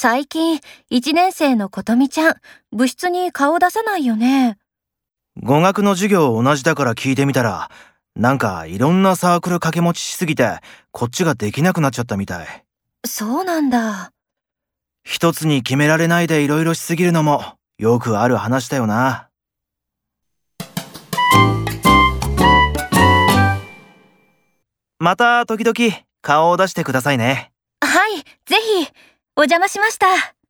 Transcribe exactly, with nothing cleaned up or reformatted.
最近、一年生のことみちゃん、部室に顔出さないよね。 語学の授業同じだから聞いてみたら、なんかいろんなサークル掛け持ちしすぎて、こっちができなくなっちゃったみたい。 そうなんだ。 一つに決められないでいろいろしすぎるのも、よくある話だよな。また時々顔を出してくださいね。 はい、ぜひ、お邪魔しました。